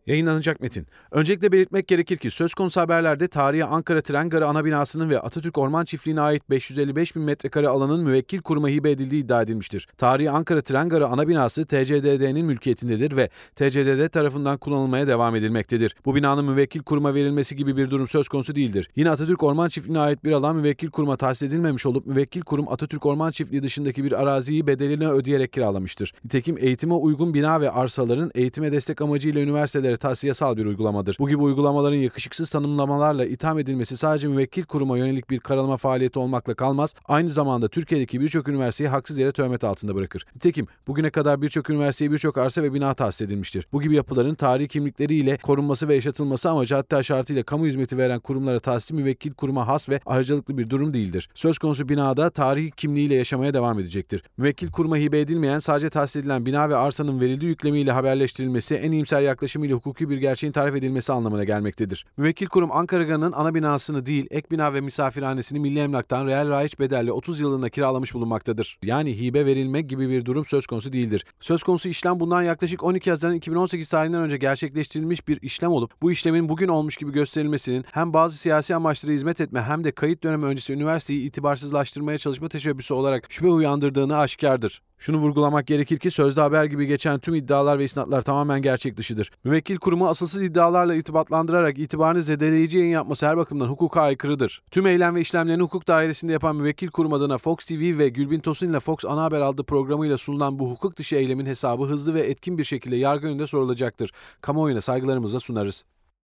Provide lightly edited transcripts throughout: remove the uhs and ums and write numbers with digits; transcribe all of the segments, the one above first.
Yayınlanacak metin. Öncelikle belirtmek gerekir ki söz konusu haberlerde tarihi Ankara Tren Garı ana binasının ve Atatürk Orman Çiftliği'ne ait 555 bin metrekare alanın müvekkil kuruma hibe edildiği iddia edilmiştir. Tarihi Ankara Tren Garı ana binası TCDD'nin mülkiyetindedir ve TCDD tarafından kullanılmaya devam edilmektedir. Bu binanın müvekkil kuruma verilmesi gibi bir durum söz konusu değildir. Yine Atatürk Orman Çiftliği'ne ait bir alan müvekkil kuruma tahsis edilmemiş olup müvekkil kurum Atatürk Orman Çiftliği dışındaki bir araziyi bedelini ödeyerek kiralamıştır. Nitekim eğitime uygun bina ve arsaların eğitime destek amacıyla üniversitelere tahsis yasal bir uygulamadır. Bu gibi uygulamaların yakışıksız tanımlamalarla itham edilmesi sadece müvekkil kuruma yönelik bir karalama faaliyeti olmakla kalmaz, aynı zamanda Türkiye'deki birçok üniversiteyi haksız yere töhmet altında bırakır. Nitekim bugüne kadar birçok üniversiteye birçok arsa ve bina tahsis edilmiştir. Bu gibi yapıların tarihi kimlikleriyle korunması ve yaşatılması amacı hatta şartıyla kamu hizmeti veren kurumlara tahsisi müvekkil kuruma has ve ayrıcalıklı bir durum değildir. Söz konusu binada tarihi kimliğiyle yaşamaya devam edecektir. Müvekkil kuruma hibe edilmeyen, sadece tahsis edilen bina ve arsanın verildiği yüklemiyle haberleştirilmesi en iyimser yaklaşımıyla hukuki bir gerçeğin tarif edilmesi anlamına gelmektedir. Müvekkil kurum Ankara Garı'nın ana binasını değil, ek bina ve misafirhanesini Milli Emlak'tan reel raiç bedelle 30 yılına kiralamış bulunmaktadır. Yani hibe verilme gibi bir durum söz konusu değildir. Söz konusu işlem bundan yaklaşık 12 Haziran 2018 tarihinden önce gerçekleştirilmiş bir işlem olup bu işlemin bugün olmuş gibi gösterilmesinin hem bazı siyasi amaçlara hizmet etme hem de kayıt dönemi öncesi üniversiteyi itibarsızlaştırmaya çalışma teşebbüsü olarak şüphe uyandırdığını aşikardır. Şunu vurgulamak gerekir ki sözde haber gibi geçen tüm iddialar ve isnatlar tamamen gerçek dışıdır. Müvekkil kurumu asılsız iddialarla irtibatlandırarak itibarını zedeleyici yayın yapması her bakımdan hukuka aykırıdır. Tüm eylem ve işlemlerini hukuk dairesinde yapan müvekkil kurum adına Fox TV ve Gülbin Tosun ile Fox Ana Haber adlı programıyla sunulan bu hukuk dışı eylemin hesabı hızlı ve etkin bir şekilde yargı önünde sorulacaktır. Kamuoyuna saygılarımızla sunarız.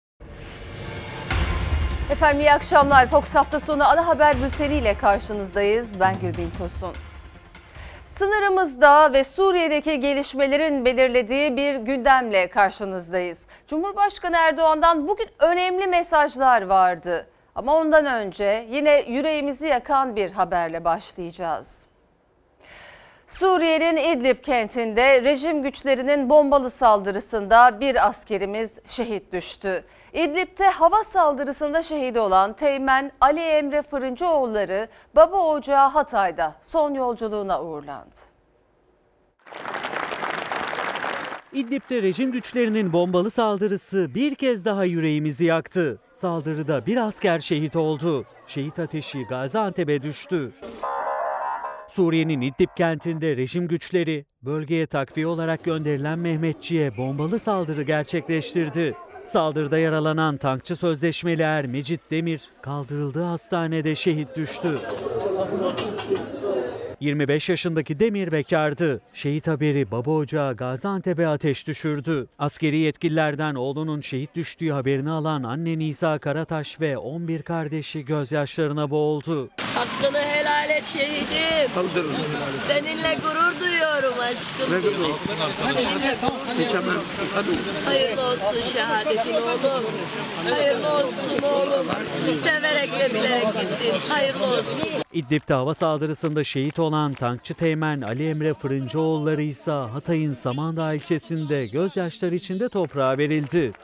Efendim iyi akşamlar. Fox hafta sonu ana haber bülteniyle karşınızdayız. Ben Gülbin Tosun. Sınırımızda ve Suriye'deki gelişmelerin belirlediği bir gündemle karşınızdayız. Cumhurbaşkanı Erdoğan'dan bugün önemli mesajlar vardı. Ama ondan önce yine yüreğimizi yakan bir haberle başlayacağız. Suriye'nin İdlib kentinde rejim güçlerinin bombalı saldırısında bir askerimiz şehit düştü. İdlib'te hava saldırısında şehit olan Teğmen Ali Emre Fırıncıoğulları baba ocağı Hatay'da son yolculuğuna uğurlandı. İdlib'te rejim güçlerinin bombalı saldırısı bir kez daha yüreğimizi yaktı. Saldırıda bir asker şehit oldu. Şehit ateşi Gaziantep'e düştü. Suriye'nin İdlib kentinde rejim güçleri bölgeye takviye olarak gönderilen Mehmetçi'ye bombalı saldırı gerçekleştirdi. Saldırıda yaralanan tankçı sözleşmeli er Mecit Demir kaldırıldığı hastanede şehit düştü. 25 yaşındaki Demir bekardı. Şehit haberi baba ocağı Gaziantep'e ateş düşürdü. Askeri yetkililerden oğlunun şehit düştüğü haberini alan anne Nisa Karataş ve 11 kardeşi gözyaşlarına boğuldu. Hakkını helal et şehidim. Seninle gurur duyuyorum aşkım. Seninle gurur duyuyorum. Hayırlı olsun şehadetin oğlum. Hayırlı olsun oğlum. Severek ve bilerek gittin. Hayırlı olsun. İdlib'de hava saldırısında şehit olan tankçı Teğmen Ali Emre Fırıncıoğulları ise Hatay'ın Samandağ ilçesinde gözyaşları içinde toprağa verildi.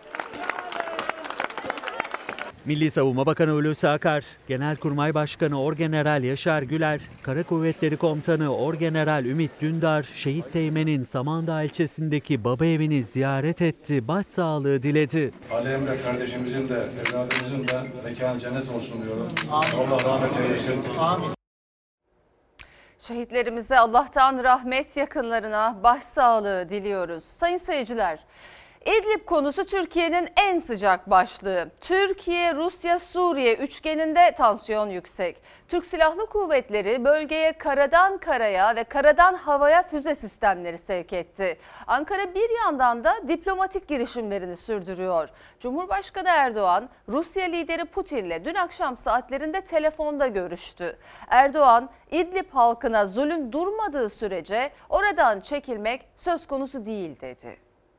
Milli Savunma Bakanı Hulusi Akar, Genelkurmay Başkanı Orgeneral Yaşar Güler, Kara Kuvvetleri Komutanı Orgeneral Ümit Dündar, Şehit Teğmen'in Samandağ ilçesindeki baba evini ziyaret etti, başsağlığı diledi. Ali Emre kardeşimizin de evladımızın da mekanı cennet olsun diyorum. Allah rahmet eylesin. Amin. Şehitlerimize Allah'tan rahmet, yakınlarına başsağlığı diliyoruz. Sayın seyirciler, İdlib konusu Türkiye'nin en sıcak başlığı. Türkiye, Rusya, Suriye üçgeninde tansiyon yüksek. Türk Silahlı Kuvvetleri bölgeye karadan karaya ve karadan havaya füze sistemleri sevk etti. Ankara bir yandan da diplomatik girişimlerini sürdürüyor. Cumhurbaşkanı Erdoğan, Rusya lideri Putin'le dün akşam saatlerinde telefonda görüştü. Erdoğan, İdlib halkına zulüm durmadığı sürece oradan çekilmek söz konusu değil dedi.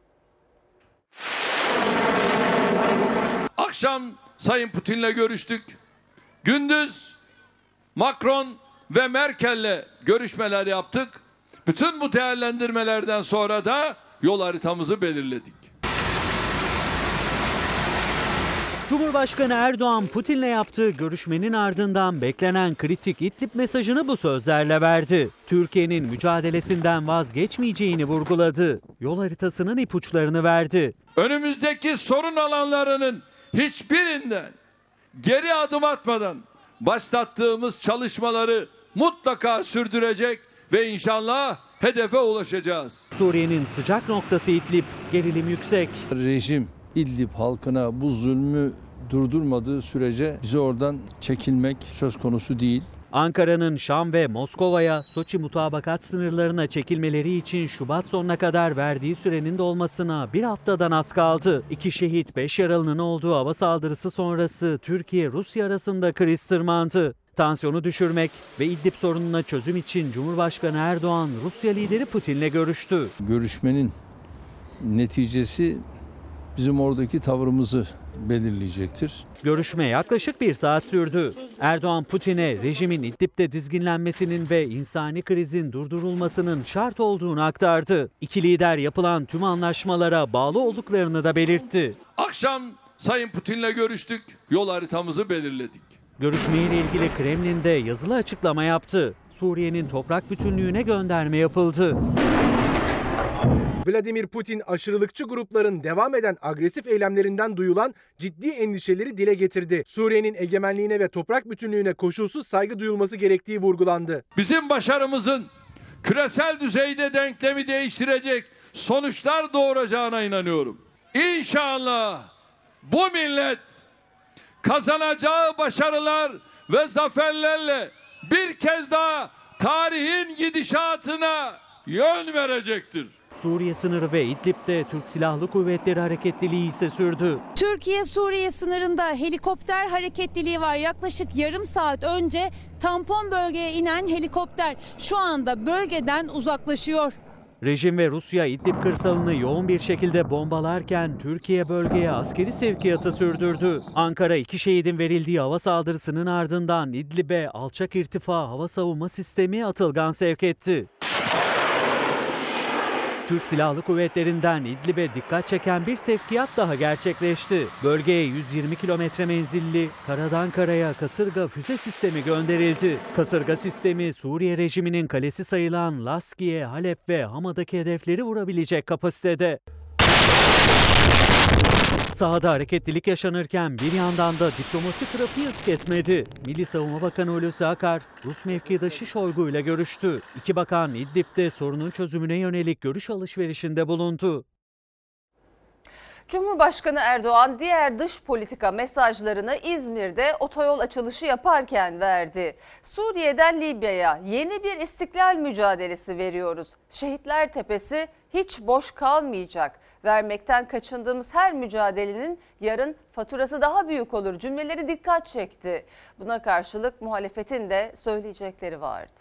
Akşam Sayın Putin'le görüştük. Gündüz Macron ve Merkel'le görüşmeler yaptık. Bütün bu değerlendirmelerden sonra da yol haritamızı belirledik. Cumhurbaşkanı Erdoğan, Putin'le yaptığı görüşmenin ardından beklenen kritik İdlib mesajını bu sözlerle verdi. Türkiye'nin mücadelesinden vazgeçmeyeceğini vurguladı. Yol haritasının ipuçlarını verdi. Önümüzdeki sorun alanlarının hiçbirinden geri adım atmadan başlattığımız çalışmaları mutlaka sürdürecek ve inşallah hedefe ulaşacağız. Suriye'nin sıcak noktası İdlib, gerilim yüksek. Rejim İdlib halkına bu zulmü durdurmadığı sürece bize oradan çekilmek söz konusu değil. Ankara'nın Şam ve Moskova'ya Soçi mutabakat sınırlarına çekilmeleri için Şubat sonuna kadar verdiği sürenin dolmasına bir haftadan az kaldı. 2 şehit 5 yaralının olduğu hava saldırısı sonrası Türkiye-Rusya arasında kriz tırmandı. Tansiyonu düşürmek ve İdlib sorununa çözüm için Cumhurbaşkanı Erdoğan, Rusya lideri Putin'le görüştü. Görüşmenin neticesi bizim oradaki tavrımızı belirleyecektir. Görüşme yaklaşık 1 saat sürdü. Erdoğan, Putin'e rejimin İdlib'de dizginlenmesinin ve insani krizin durdurulmasının şart olduğunu aktardı. İki lider yapılan tüm anlaşmalara bağlı olduklarını da belirtti. Akşam Sayın Putin'le görüştük, yol haritamızı belirledik. Görüşmeyle ilgili Kremlin'de yazılı açıklama yaptı. Suriye'nin toprak bütünlüğüne gönderme yapıldı. Vladimir Putin aşırılıkçı grupların devam eden agresif eylemlerinden duyulan ciddi endişeleri dile getirdi. Suriye'nin egemenliğine ve toprak bütünlüğüne koşulsuz saygı duyulması gerektiği vurgulandı. Bizim başarımızın küresel düzeyde denklemi değiştirecek sonuçlar doğuracağına inanıyorum. İnşallah bu millet kazanacağı başarılar ve zaferlerle bir kez daha tarihin gidişatına yön verecektir. Suriye sınırı ve İdlib'de Türk Silahlı Kuvvetleri hareketliliği ise sürdü. Türkiye-Suriye sınırında helikopter hareketliliği var. Yaklaşık yarım saat önce tampon bölgeye inen helikopter şu anda bölgeden uzaklaşıyor. Rejim ve Rusya İdlib kırsalını yoğun bir şekilde bombalarken Türkiye bölgeye askeri sevkiyatı sürdürdü. Ankara 2 şehidin verildiği hava saldırısının ardından İdlib'e alçak irtifa hava savunma sistemi Atılgan sevk etti. Türk Silahlı Kuvvetleri'nden İdlib'e dikkat çeken bir sevkiyat daha gerçekleşti. Bölgeye 120 kilometre menzilli karadan karaya kasırga füze sistemi gönderildi. Kasırga sistemi Suriye rejiminin kalesi sayılan Laskiye, Halep ve Hama'daki hedefleri vurabilecek kapasitede. Sahada hareketlilik yaşanırken bir yandan da diplomasi trafiği hız kesmedi. Milli Savunma Bakanı Hulusi Akar, Rus mevkidaşı Şoygu ile görüştü. İki bakan İdlib'de sorunun çözümüne yönelik görüş alışverişinde bulundu. Cumhurbaşkanı Erdoğan diğer dış politika mesajlarını İzmir'de otoyol açılışı yaparken verdi. Suriye'den Libya'ya yeni bir istiklal mücadelesi veriyoruz. Şehitler Tepesi hiç boş kalmayacak. Vermekten kaçındığımız her mücadelenin yarın faturası daha büyük olur cümleleri dikkat çekti. Buna karşılık muhalefetin de söyleyecekleri vardı.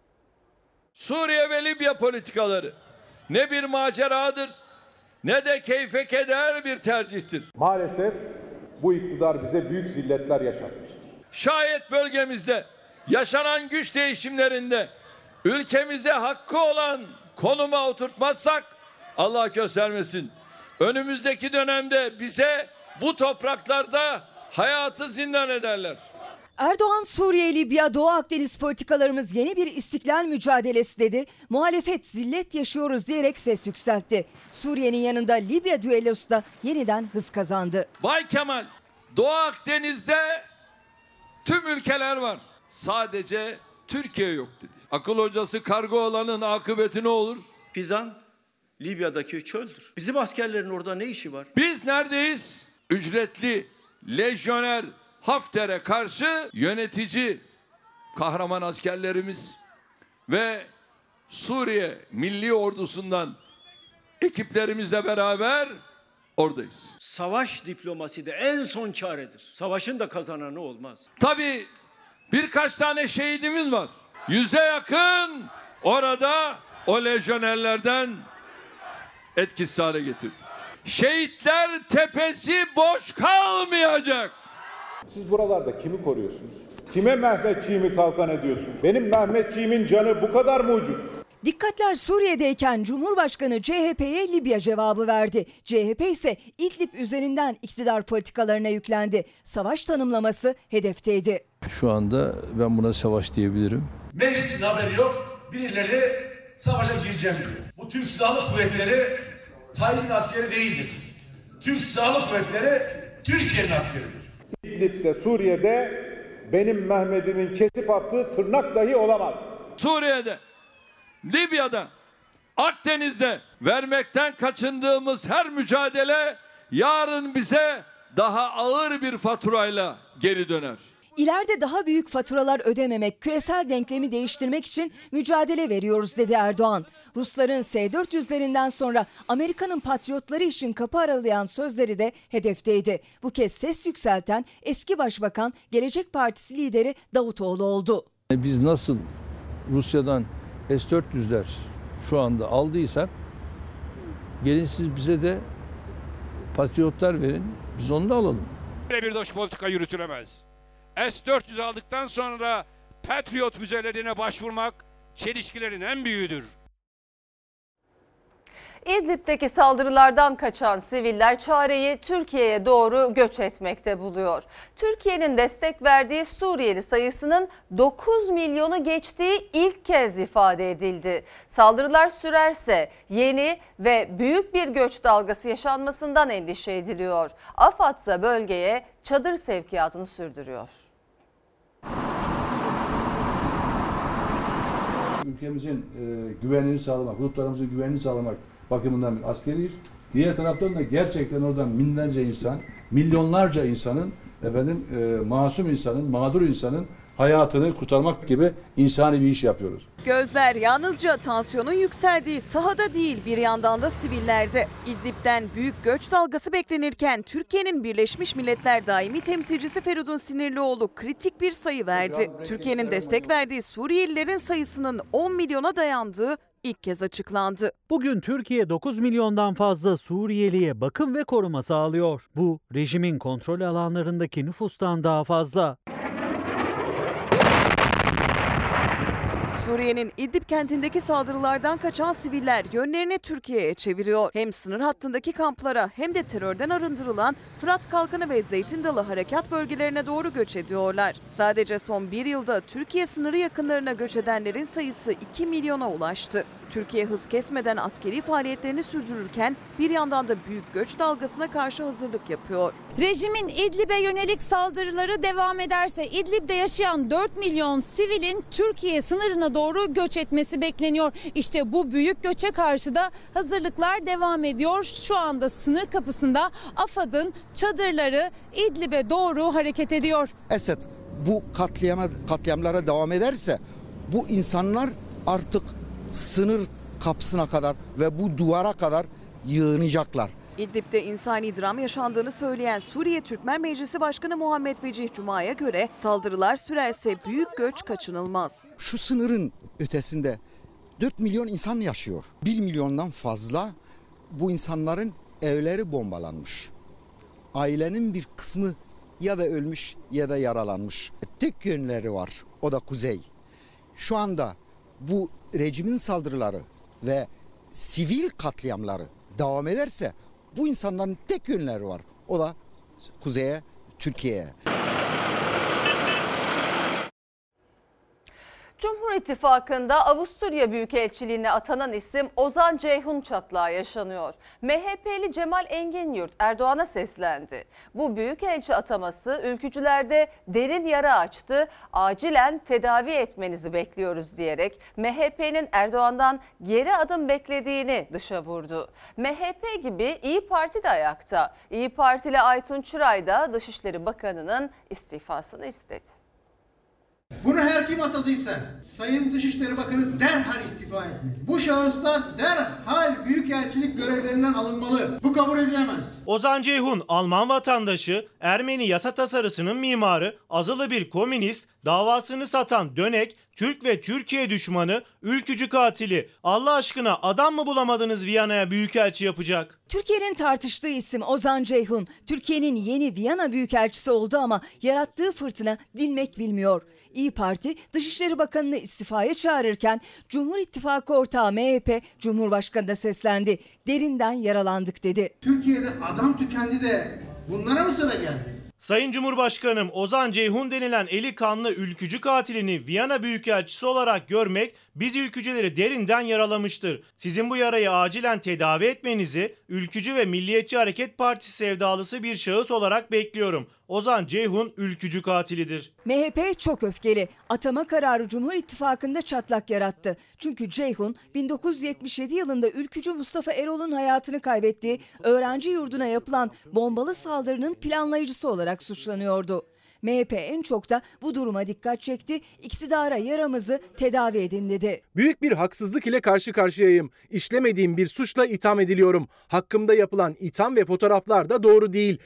Suriye ve Libya politikaları ne bir maceradır ne de keyfe keder bir tercihtir. Maalesef bu iktidar bize büyük zilletler yaşatmıştır. Şayet bölgemizde yaşanan güç değişimlerinde ülkemize hakkı olan konuma oturtmazsak Allah göstermesin. Önümüzdeki dönemde bize bu topraklarda hayatı zindan ederler. Erdoğan, Suriye, Libya, Doğu Akdeniz politikalarımız yeni bir istiklal mücadelesi dedi. Muhalefet zillet yaşıyoruz diyerek ses yükseltti. Suriye'nin yanında Libya düellosu da yeniden hız kazandı. Bay Kemal, Doğu Akdeniz'de tüm ülkeler var. Sadece Türkiye yok dedi. Akıl hocası kargo olanın akıbeti ne olur? Pizan Libya'daki çöldür. Bizim askerlerin orada ne işi var? Biz neredeyiz? Ücretli, lejyoner Hafter'e karşı yönetici kahraman askerlerimiz ve Suriye Milli Ordusu'ndan ekiplerimizle beraber oradayız. Savaş diplomasi de en son çaredir. Savaşın da kazananı olmaz. Tabii birkaç tane şehidimiz var. 100'e yakın orada o lejyonerlerden etkisiz hale getirdik. Şehitler Tepesi boş kalmayacak. Siz buralarda kimi koruyorsunuz? Kime Mehmetçiğimi kalkan ediyorsunuz? Benim Mehmetçiğimin canı bu kadar mı ucuz? Dikkatler Suriye'deyken Cumhurbaşkanı CHP'ye Libya cevabı verdi. CHP ise İdlib üzerinden iktidar politikalarına yüklendi. Savaş tanımlaması hedefteydi. Şu anda ben buna savaş diyebilirim. Meclisin haberi yok. Birileri savaşa gireceğim diyor. Bu Türk Silahlı Kuvvetleri Tayyip'in askeri değildir. Türk Silahlı Kuvvetleri Türkiye'nin askeridir. İdlib'de, Suriye'de benim Mehmet'imin kesip attığı tırnak dahi olamaz. Suriye'de, Libya'da, Akdeniz'de vermekten kaçındığımız her mücadele yarın bize daha ağır bir faturayla geri döner. İleride daha büyük faturalar ödememek, küresel denklemi değiştirmek için mücadele veriyoruz dedi Erdoğan. Rusların S-400'lerinden sonra Amerika'nın patriotları için kapı aralayan sözleri de hedefteydi. Bu kez ses yükselten eski başbakan Gelecek Partisi lideri Davutoğlu oldu. Biz nasıl Rusya'dan S-400'ler şu anda aldıysak gelin siz bize de patriotlar verin, biz onu da alalım. Böyle bir dış politika yürütülemez. S-400 aldıktan sonra Patriot füzelerine başvurmak çelişkilerin en büyüğüdür. İdlib'deki saldırılardan kaçan siviller çareyi Türkiye'ye doğru göç etmekte buluyor. Türkiye'nin destek verdiği Suriyeli sayısının 9 milyonu geçtiği ilk kez ifade edildi. Saldırılar sürerse yeni ve büyük bir göç dalgası yaşanmasından endişe ediliyor. AFAD ise bölgeye çadır sevkiyatını sürdürüyor. Ülkemizin güvenliğini sağlamak, hudutlarımızın güvenliğini sağlamak bakımından bir askeri iş. Diğer taraftan da gerçekten oradan binlerce insan, milyonlarca insanın, masum insanın, mağdur insanın hayatını kurtarmak gibi insani bir iş yapıyoruz. Gözler yalnızca tansiyonun yükseldiği sahada değil, bir yandan da sivillerde. İdlib'den büyük göç dalgası beklenirken Türkiye'nin Birleşmiş Milletler Daimi Temsilcisi Feridun Sinirlioğlu kritik bir sayı verdi. Türkiye'nin destek verdiği Suriyelilerin sayısının 10 milyona dayandığı ilk kez açıklandı. Bugün Türkiye 9 milyondan fazla Suriyeliye bakım ve koruma sağlıyor. Bu rejimin kontrol alanlarındaki nüfustan daha fazla. Suriye'nin İdlib kentindeki saldırılardan kaçan siviller yönlerini Türkiye'ye çeviriyor. Hem sınır hattındaki kamplara hem de terörden arındırılan Fırat Kalkanı ve Zeytin Dalı harekat bölgelerine doğru göç ediyorlar. Sadece son bir yılda Türkiye sınırı yakınlarına göç edenlerin sayısı 2 milyona ulaştı. Türkiye hız kesmeden askeri faaliyetlerini sürdürürken bir yandan da büyük göç dalgasına karşı hazırlık yapıyor. Rejimin İdlib'e yönelik saldırıları devam ederse İdlib'de yaşayan 4 milyon sivilin Türkiye sınırına doğru göç etmesi bekleniyor. İşte bu büyük göçe karşı da hazırlıklar devam ediyor. Şu anda sınır kapısında AFAD'ın çadırları İdlib'e doğru hareket ediyor. Esed bu katliamlara devam ederse bu insanlar artık sınır kapısına kadar ve bu duvara kadar yığınacaklar. İdlib'de insani dram yaşandığını söyleyen Suriye Türkmen Meclisi Başkanı Muhammed Vecih Cuma'ya göre saldırılar sürerse büyük göç kaçınılmaz. Şu sınırın ötesinde 4 milyon insan yaşıyor. 1 milyondan fazla bu insanların evleri bombalanmış. Ailenin bir kısmı ya da ölmüş ya da yaralanmış. Tek yönleri var, o da kuzey. Şu anda bu rejimin saldırıları ve sivil katliamları devam ederse bu insanların tek yönleri var. O da kuzeye, Türkiye'ye. Cumhur İttifakı'nda Avusturya Büyükelçiliğine atanan isim Ozan Ceyhun Çatlağı yaşanıyor. MHP'li Cemal Enginyurt Erdoğan'a seslendi. Bu büyükelçi ataması ülkücülerde derin yara açtı, acilen tedavi etmenizi bekliyoruz diyerek MHP'nin Erdoğan'dan geri adım beklediğini dışa vurdu. MHP gibi İYİ Parti de ayakta. İYİ Partili Aytun Çıray da Dışişleri Bakanı'nın istifasını istedi. Bunu her kim atadıysa Sayın Dışişleri Bakanı derhal istifa etmeli. Bu şahıslar derhal büyükelçilik görevlerinden alınmalı. Bu kabul edilemez. Ozan Ceyhun, Alman vatandaşı, Ermeni yasa tasarısının mimarı, azılı bir komünist, davasını satan dönek, Türk ve Türkiye düşmanı, ülkücü katili. Allah aşkına adam mı bulamadınız Viyana'ya büyükelçi yapacak? Türkiye'nin tartıştığı isim Ozan Ceyhun. Türkiye'nin yeni Viyana büyükelçisi oldu ama yarattığı fırtına dinmek bilmiyor. İYİ Parti Dışişleri Bakanı'nı istifaya çağırırken Cumhur İttifakı ortağı MHP Cumhurbaşkanı'na seslendi. Derinden yaralandık dedi. Türkiye'de adam tükendi de bunlara mı sıra geldi? Sayın Cumhurbaşkanım, Ozan Ceyhun denilen eli kanlı ülkücü katilini Viyana büyükelçisi olarak görmek biz ülkücüleri derinden yaralamıştır. Sizin bu yarayı acilen tedavi etmenizi ülkücü ve Milliyetçi Hareket Partisi sevdalısı bir şahıs olarak bekliyorum. Ozan Ceyhun ülkücü katilidir. MHP çok öfkeli. Atama kararı Cumhur İttifakı'nda çatlak yarattı. Çünkü Ceyhun 1977 yılında ülkücü Mustafa Erol'un hayatını kaybettiği öğrenci yurduna yapılan bombalı saldırının planlayıcısı olarak suçlanıyordu. MHP en çok da bu duruma dikkat çekti. İktidara yaramızı tedavi edin dedi. Büyük bir haksızlık ile karşı karşıyayım. İşlemediğim bir suçla itham ediliyorum. Hakkımda yapılan itham ve fotoğraflar da doğru değil.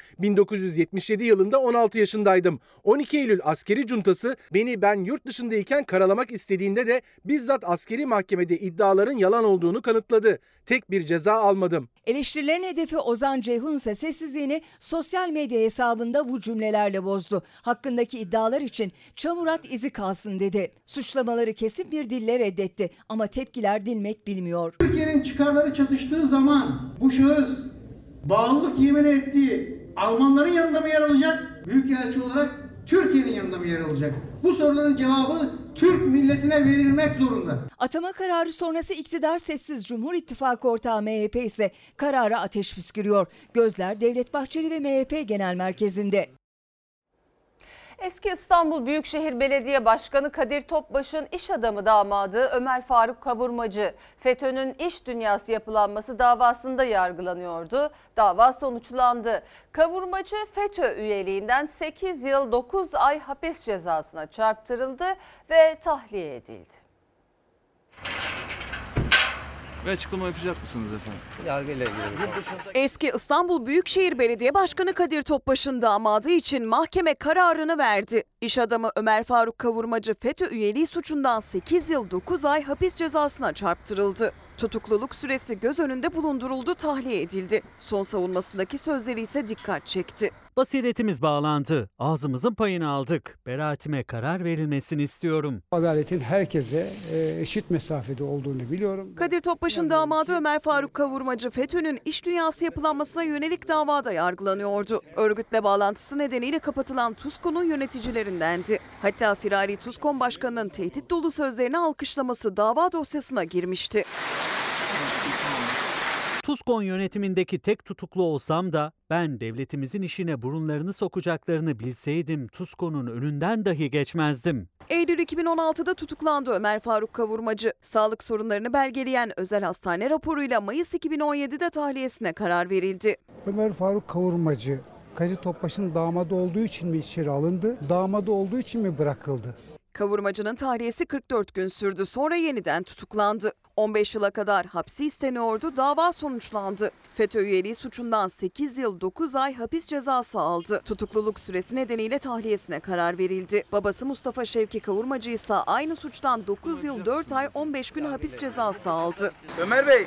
1977 yılında 16 yaşındaydım. 12 Eylül askeri cuntası ben yurt dışındayken karalamak istediğinde de bizzat askeri mahkemede iddiaların yalan olduğunu kanıtladı. Tek bir ceza almadım. Eleştirilerin hedefi Ozan Ceyhun ise sessizliğini sosyal medya hesabında bu cümlelerle bozdu. Hakkındaki iddialar için çamurat izi kalsın dedi. Suçlamaları kesin bir dille reddetti ama tepkiler dinmek bilmiyor. Türkiye'nin çıkarları çatıştığı zaman bu şahıs bağlılık yemin ettiği Almanların yanında mı yer alacak? Büyükelçi olarak Türkiye'nin yanında mı yer alacak? Bu soruların cevabı Türk milletine verilmek zorunda. Atama kararı sonrası iktidar sessiz. Cumhur İttifakı ortağı MHP ise karara ateş püskürüyor. Gözler Devlet Bahçeli ve MHP Genel Merkezi'nde. Eski İstanbul Büyükşehir Belediye Başkanı Kadir Topbaş'ın iş adamı damadı Ömer Faruk Kavurmacı, FETÖ'nün iş dünyası yapılanması davasında yargılanıyordu. Dava sonuçlandı. Kavurmacı FETÖ üyeliğinden 8 yıl 9 ay hapis cezasına çarptırıldı ve tahliye edildi. Ve açıklama yapacak mısınız efendim? Yargıyla ilgili. Eski İstanbul Büyükşehir Belediye Başkanı Kadir Topbaş'ın damadı için mahkeme kararını verdi. İş adamı Ömer Faruk Kavurmacı FETÖ üyeliği suçundan 8 yıl 9 ay hapis cezasına çarptırıldı. Tutukluluk süresi göz önünde bulunduruldu, tahliye edildi. Son savunmasındaki sözleri ise dikkat çekti. Basiretimiz bağlandı. Ağzımızın payını aldık. Beraatime karar verilmesini istiyorum. Adaletin herkese eşit mesafede olduğunu biliyorum. Kadir Topbaş'ın damadı Ömer Faruk Kavurmacı FETÖ'nün iş dünyası yapılanmasına yönelik davada yargılanıyordu. Örgütle bağlantısı nedeniyle kapatılan TUSKO'nun yöneticilerindendi. Hatta firari TUSKON Başkanı'nın tehdit dolu sözlerini alkışlaması dava dosyasına girmişti. TUSKON yönetimindeki tek tutuklu olsam da ben devletimizin işine burunlarını sokacaklarını bilseydim TUSKON'un önünden dahi geçmezdim. Eylül 2016'da tutuklandı Ömer Faruk Kavurmacı. Sağlık sorunlarını belgeleyen özel hastane raporuyla Mayıs 2017'de tahliyesine karar verildi. Ömer Faruk Kavurmacı, Kadir Topbaş'ın damadı olduğu için mi içeri alındı, damadı olduğu için mi bırakıldı? Kavurmacı'nın tahliyesi 44 gün sürdü, sonra yeniden tutuklandı. 15 yıla kadar hapsi isteniyordu, dava sonuçlandı. FETÖ üyeliği suçundan 8 yıl 9 ay hapis cezası aldı. Tutukluluk süresi nedeniyle tahliyesine karar verildi. Babası Mustafa Şevki Kavurmacı ise aynı suçtan 9 yıl 4 ay 15 gün hapis cezası aldı. Ömer Bey.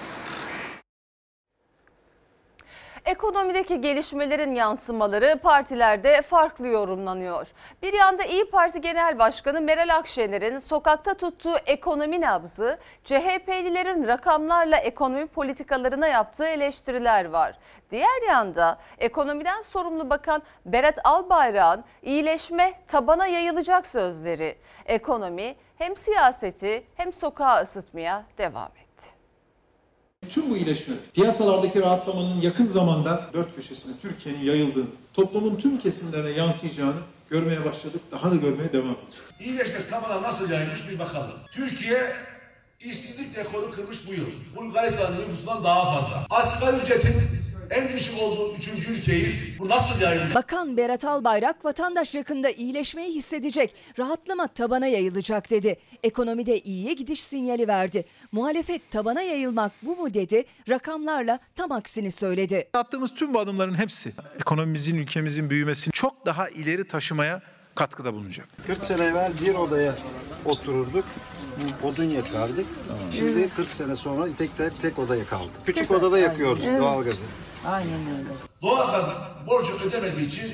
Ekonomideki gelişmelerin yansımaları partilerde farklı yorumlanıyor. Bir yanda İYİ Parti Genel Başkanı Meral Akşener'in sokakta tuttuğu ekonomi nabzı, CHP'lilerin rakamlarla ekonomi politikalarına yaptığı eleştiriler var. Diğer yanda ekonomiden sorumlu bakan Berat Albayrak'ın iyileşme tabana yayılacak sözleri. Ekonomi hem siyaseti hem sokağı ısıtmaya devam etti. Tüm bu iyileşme, piyasalardaki rahatlamanın yakın zamanda dört köşesine Türkiye'nin yayıldığını, toplumun tüm kesimlerine yansıyacağını görmeye başladık, daha da görmeye devam edeceğiz. İyileşme tabana nasıl yayılmış bir bakalım. Türkiye işsizlik rekoru kırmış bu yıl. Bulgaristan'ın nüfusundan daha fazla. Asgari ücretin en düşük olduğu 3. ülkeyiz. Bu nasıl yayılacak? Bakan Berat Albayrak vatandaş yakında iyileşmeyi hissedecek, rahatlama tabana yayılacak dedi. Ekonomide iyiye gidiş sinyali verdi. Muhalefet tabana yayılmak bu mu dedi, rakamlarla tam aksini söyledi. Attığımız tüm bu adımların hepsi ekonomimizin, ülkemizin büyümesini çok daha ileri taşımaya katkıda bulunacak. 40 sene evvel bir odaya otururduk, odun yakardık. Şimdi 40 sene sonra tek odaya kaldı. Küçük odada yakıyoruz doğalgazı. Aynen öyle. Doğalgazın borcu ödemediği için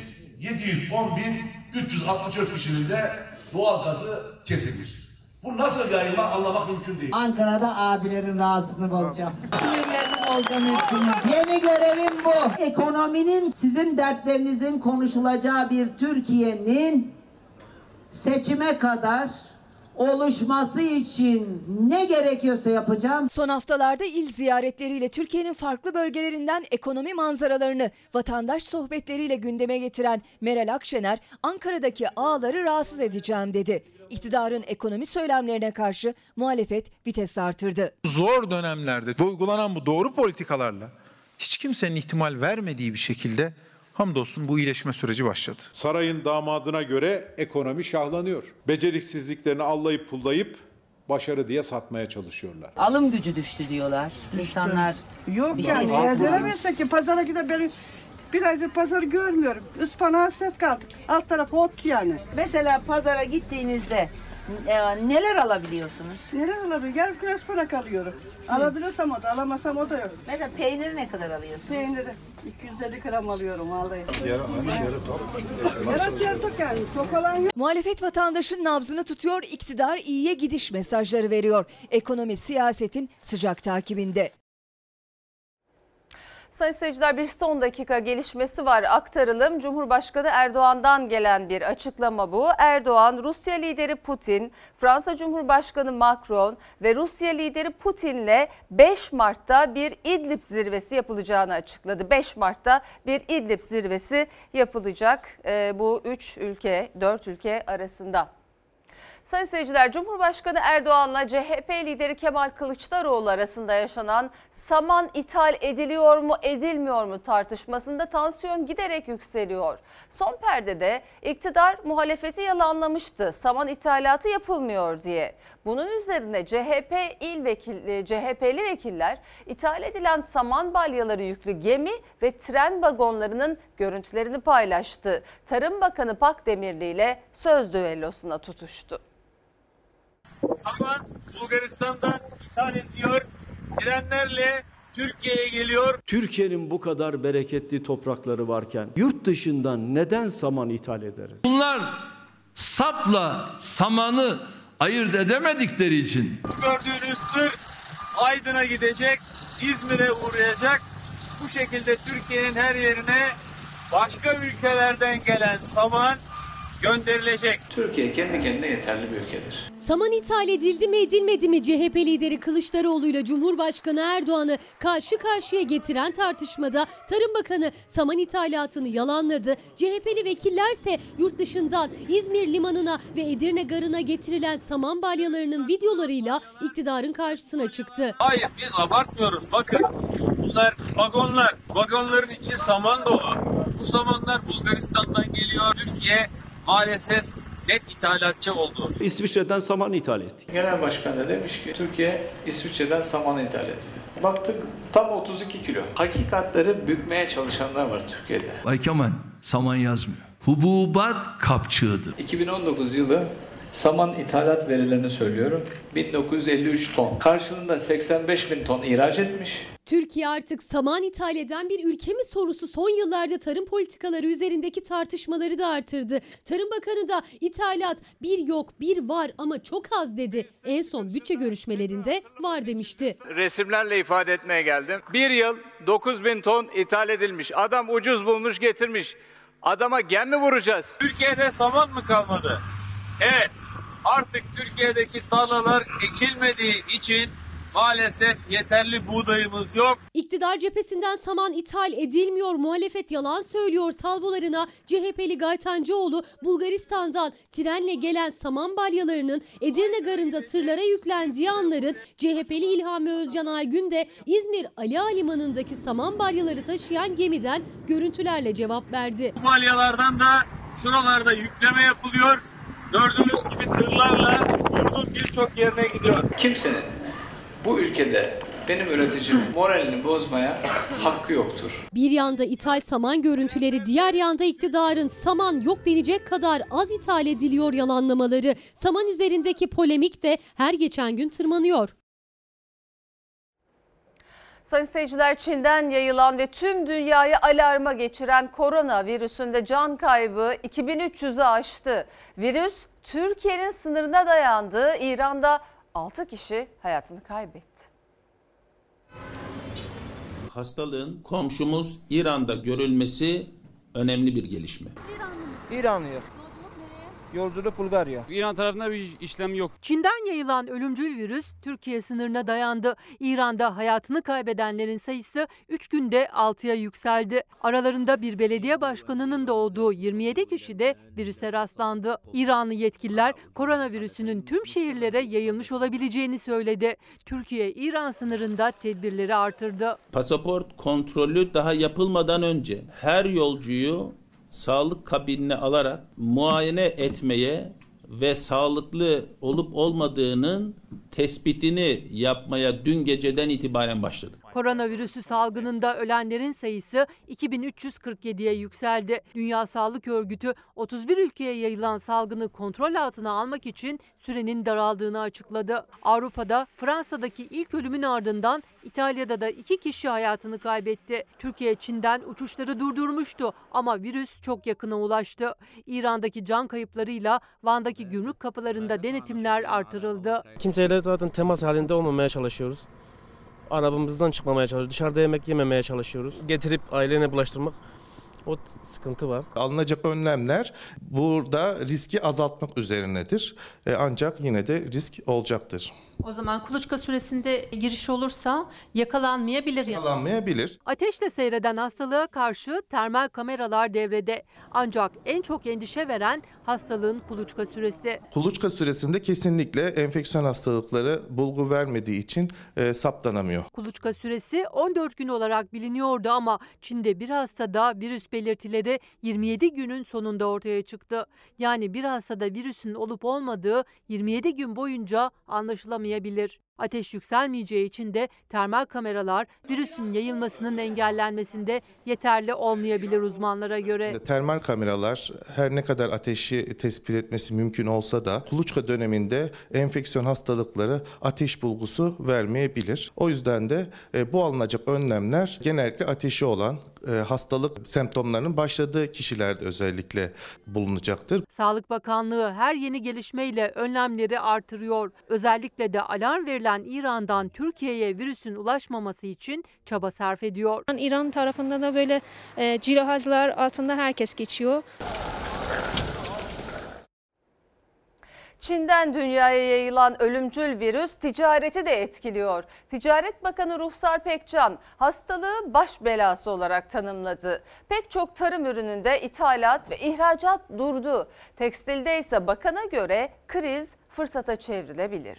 710.364 kişinin de doğalgazı kesilir. Bu nasıl yayılma anlamak mümkün değil. Ankara'da abilerin razılığını bozacağım. Sinirlerini bozacağım hepsini. Yeni görevim bu. Ekonominin, sizin dertlerinizin konuşulacağı bir Türkiye'nin seçime kadar oluşması için ne gerekiyorsa yapacağım. Son haftalarda il ziyaretleriyle Türkiye'nin farklı bölgelerinden ekonomi manzaralarını vatandaş sohbetleriyle gündeme getiren Meral Akşener, Ankara'daki ağları rahatsız edeceğim dedi. İktidarın ekonomi söylemlerine karşı muhalefet vites artırdı. Zor dönemlerde uygulanan bu doğru politikalarla hiç kimsenin ihtimal vermediği bir şekilde hamdolsun bu iyileşme süreci başladı. Sarayın damadına göre ekonomi şahlanıyor. Beceriksizliklerini allayıp pullayıp başarı diye satmaya çalışıyorlar. Alım gücü düştü diyorlar. İnsanlar yok bir yani erdiremezsek ki pazara gidip benim bir aydır pazarı görmüyorum. Ispanağa hasret kaldık. Alt tarafı ot yani. Mesela pazara gittiğinizde neler alabiliyorsunuz? Neler alabiliyorum? Yarım kilo ıspanak alıyorum. Alabilirsem o da, alamazsam o da yok. Mesela peyniri ne kadar alıyorsunuz? Peyniri 250 gram alıyorum vallahi. Yarı tok yani. Çok olan yok. Muhalefet vatandaşın nabzını tutuyor, iktidar iyiye gidiş mesajları veriyor. Ekonomi siyasetin sıcak takibinde. Sayın seyirciler, bir son dakika gelişmesi var, aktaralım. Cumhurbaşkanı Erdoğan'dan gelen bir açıklama bu. Erdoğan, Rusya lideri Putin, Fransa Cumhurbaşkanı Macron ve Rusya lideri Putin'le 5 Mart'ta bir İdlib zirvesi yapılacağını açıkladı. 5 Mart'ta bir İdlib zirvesi yapılacak bu 4 ülke arasında. Sayın seyirciler, Cumhurbaşkanı Erdoğan'la CHP lideri Kemal Kılıçdaroğlu arasında yaşanan saman ithal ediliyor mu edilmiyor mu tartışmasında tansiyon giderek yükseliyor. Son perdede iktidar muhalefeti yalanlamıştı, saman ithalatı yapılmıyor diye. Bunun üzerine CHP'li vekiller ithal edilen saman balyaları yüklü gemi ve tren vagonlarının görüntülerini paylaştı. Tarım Bakanı Pakdemirli ile söz düellosuna tutuştu. Saman Bulgaristan'dan ithal ediliyor, trenlerle Türkiye'ye geliyor. Türkiye'nin bu kadar bereketli toprakları varken yurt dışından neden saman ithal ederiz? Bunlar sapla samanı ayırt edemedikleri için. Gördüğünüz tır Aydın'a gidecek, İzmir'e uğrayacak. Bu şekilde Türkiye'nin her yerine başka ülkelerden gelen saman gönderilecek. Türkiye kendi kendine yeterli bir ülkedir. Saman ithal edildi mi edilmedi mi CHP lideri Kılıçdaroğlu ile Cumhurbaşkanı Erdoğan'ı karşı karşıya getiren tartışmada Tarım Bakanı saman ithalatını yalanladı. CHP'li vekillerse yurt dışından İzmir limanına ve Edirne garına getirilen saman balyalarının videolarıyla iktidarın karşısına çıktı. Hayır, biz abartmıyoruz. Bakın bunlar vagonlar. Vagonların içi saman dolu. Bu samanlar Bulgaristan'dan geliyor. Türkiye maalesef net ithalatçı oldu. İsviçre'den saman ithal etti. Genel Başkan da demiş ki Türkiye İsviçre'den saman ithal ediyor. Baktık tam 32 kilo. Hakikatleri bükmeye çalışanlar var Türkiye'de. Bay Kemal, saman yazmıyor. Hububat kapçığıdır. 2019 yılı saman ithalat verilerini söylüyorum. 1953 ton. Karşılığında 85 bin ton ihraç etmiş. Türkiye artık saman ithal eden bir ülke mi sorusu son yıllarda tarım politikaları üzerindeki tartışmaları da artırdı. Tarım Bakanı da ithalat bir yok bir var ama çok az dedi. En son bütçe görüşmelerinde var demişti. Resimlerle ifade etmeye geldim. Bir yıl 9 bin ton ithal edilmiş. Adam ucuz bulmuş getirmiş. Adama gem mi vuracağız? Türkiye'de saman mı kalmadı? Evet, artık Türkiye'deki tarlalar ekilmediği için maalesef yeterli buğdayımız yok. İktidar cephesinden saman ithal edilmiyor, muhalefet yalan söylüyor salvolarına CHP'li Gaytancıoğlu Bulgaristan'dan trenle gelen saman balyalarının Edirne Garı'nda tırlara yüklendiği anların CHP'li İlhami Özcan Aygün de İzmir Ali Ağa Limanı'ndaki saman balyaları taşıyan gemiden görüntülerle cevap verdi. Bu balyalardan da şuralarda yükleme yapılıyor. Gördüğünüz gibi tırlarla yurdun birçok yerine gidiyor. Kimsenin bu ülkede benim üreticimin moralini bozmaya hakkı yoktur. Bir yanda ithal saman görüntüleri, diğer yanda iktidarın saman yok denecek kadar az ithal ediliyor yalanlamaları. Saman üzerindeki polemik de her geçen gün tırmanıyor. Sayın seyirciler, Çin'den yayılan ve tüm dünyayı alarma geçiren koronavirüsünde can kaybı 2300'ü aştı. Virüs Türkiye'nin sınırına dayandı. İran'da 6 kişi hayatını kaybetti. Hastalığın komşumuz İran'da görülmesi önemli bir gelişme. İranlıyım. Yolculuk Bulgarya. İran tarafında bir işlem yok. Çin'den yayılan ölümcül virüs Türkiye sınırına dayandı. İran'da hayatını kaybedenlerin sayısı 3 günde 6'ya yükseldi. Aralarında bir belediye başkanının da olduğu 27 kişi de virüse rastlandı. İranlı yetkililer koronavirüsünün tüm şehirlere yayılmış olabileceğini söyledi. Türkiye İran sınırında tedbirleri artırdı. Pasaport kontrolü daha yapılmadan önce her yolcuyu sağlık kabinine alarak muayene etmeye ve sağlıklı olup olmadığının tespitini yapmaya dün geceden itibaren başladık. Koronavirüsü salgınında ölenlerin sayısı 2347'ye yükseldi. Dünya Sağlık Örgütü 31 ülkeye yayılan salgını kontrol altına almak için sürenin daraldığını açıkladı. Avrupa'da Fransa'daki ilk ölümün ardından İtalya'da da 2 kişi hayatını kaybetti. Türkiye Çin'den uçuşları durdurmuştu ama virüs çok yakına ulaştı. İran'daki can kayıplarıyla Van'daki gümrük kapılarında denetimler artırıldı. Kimseyle zaten temas halinde olmamaya çalışıyoruz. Arabamızdan çıkmamaya çalışıyoruz. Dışarıda yemek yememeye çalışıyoruz. Getirip ailene bulaştırmak, o sıkıntı var. Alınacak önlemler burada riski azaltmak üzerinedir. Ancak yine de risk olacaktır. O zaman kuluçka süresinde giriş olursa yakalanmayabilir. Yakalanmayabilir. Ateşle seyreden hastalığa karşı termal kameralar devrede. Ancak en çok endişe veren hastalığın kuluçka süresi. Kuluçka süresinde kesinlikle enfeksiyon hastalıkları bulgu vermediği için saptanamıyor. Kuluçka süresi 14 gün olarak biliniyordu ama Çin'de bir hastada virüs belirtileri 27 günün sonunda ortaya çıktı. Yani bir hastada virüsün olup olmadığı 27 gün boyunca anlaşılamayabilir. Ateş yükselmeyeceği için de termal kameralar virüsün yayılmasının engellenmesinde yeterli olmayabilir uzmanlara göre. Termal kameralar her ne kadar ateşi tespit etmesi mümkün olsa da kuluçka döneminde enfeksiyon hastalıkları ateş bulgusu vermeyebilir. O yüzden de bu alınacak önlemler genellikle ateşi olan hastalık semptomlarının başladığı kişilerde özellikle bulunacaktır. Sağlık Bakanlığı her yeni gelişmeyle önlemleri artırıyor. Özellikle de alarm verilen İran'dan Türkiye'ye virüsün ulaşmaması için çaba sarf ediyor. İran tarafında da böyle cihazlar altında herkes geçiyor. Çin'den dünyaya yayılan ölümcül virüs ticareti de etkiliyor. Ticaret Bakanı Ruhsar Pekcan hastalığı baş belası olarak tanımladı. Pek çok tarım ürününde ithalat ve ihracat durdu. Tekstilde ise bakana göre kriz fırsata çevrilebilir.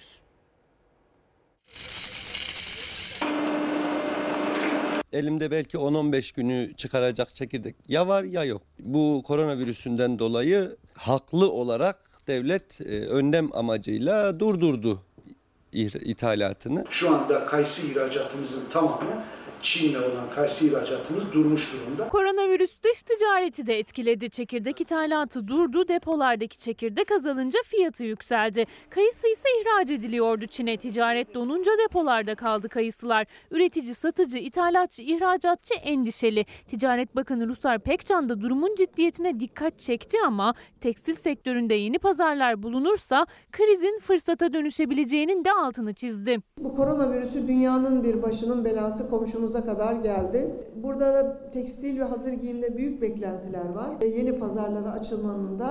Elimde belki 10-15 günü çıkaracak çekirdek ya var ya yok. Bu koronavirüsünden dolayı haklı olarak devlet önlem amacıyla durdurdu ithalatını. Şu anda kayısı ihracatımızın tamamı Çin'le olan kayısı ihracatımız durmuş durumda. Koronavirüs dış ticareti de etkiledi. Çekirdek ithalatı durdu. Depolardaki çekirdek azalınca fiyatı yükseldi. Kayısı ise ihraç ediliyordu Çin'e. Ticaret donunca depolarda kaldı kayısılar. Üretici, satıcı, ithalatçı, ihracatçı endişeli. Ticaret Bakanı Ruhsar Pekcan da durumun ciddiyetine dikkat çekti ama tekstil sektöründe yeni pazarlar bulunursa krizin fırsata dönüşebileceğinin de altını çizdi. Bu koronavirüsü dünyanın bir başının belası, komşumuz kadar geldi. Burada da tekstil ve hazır giyimde büyük beklentiler var. Yeni pazarlara açılmanın da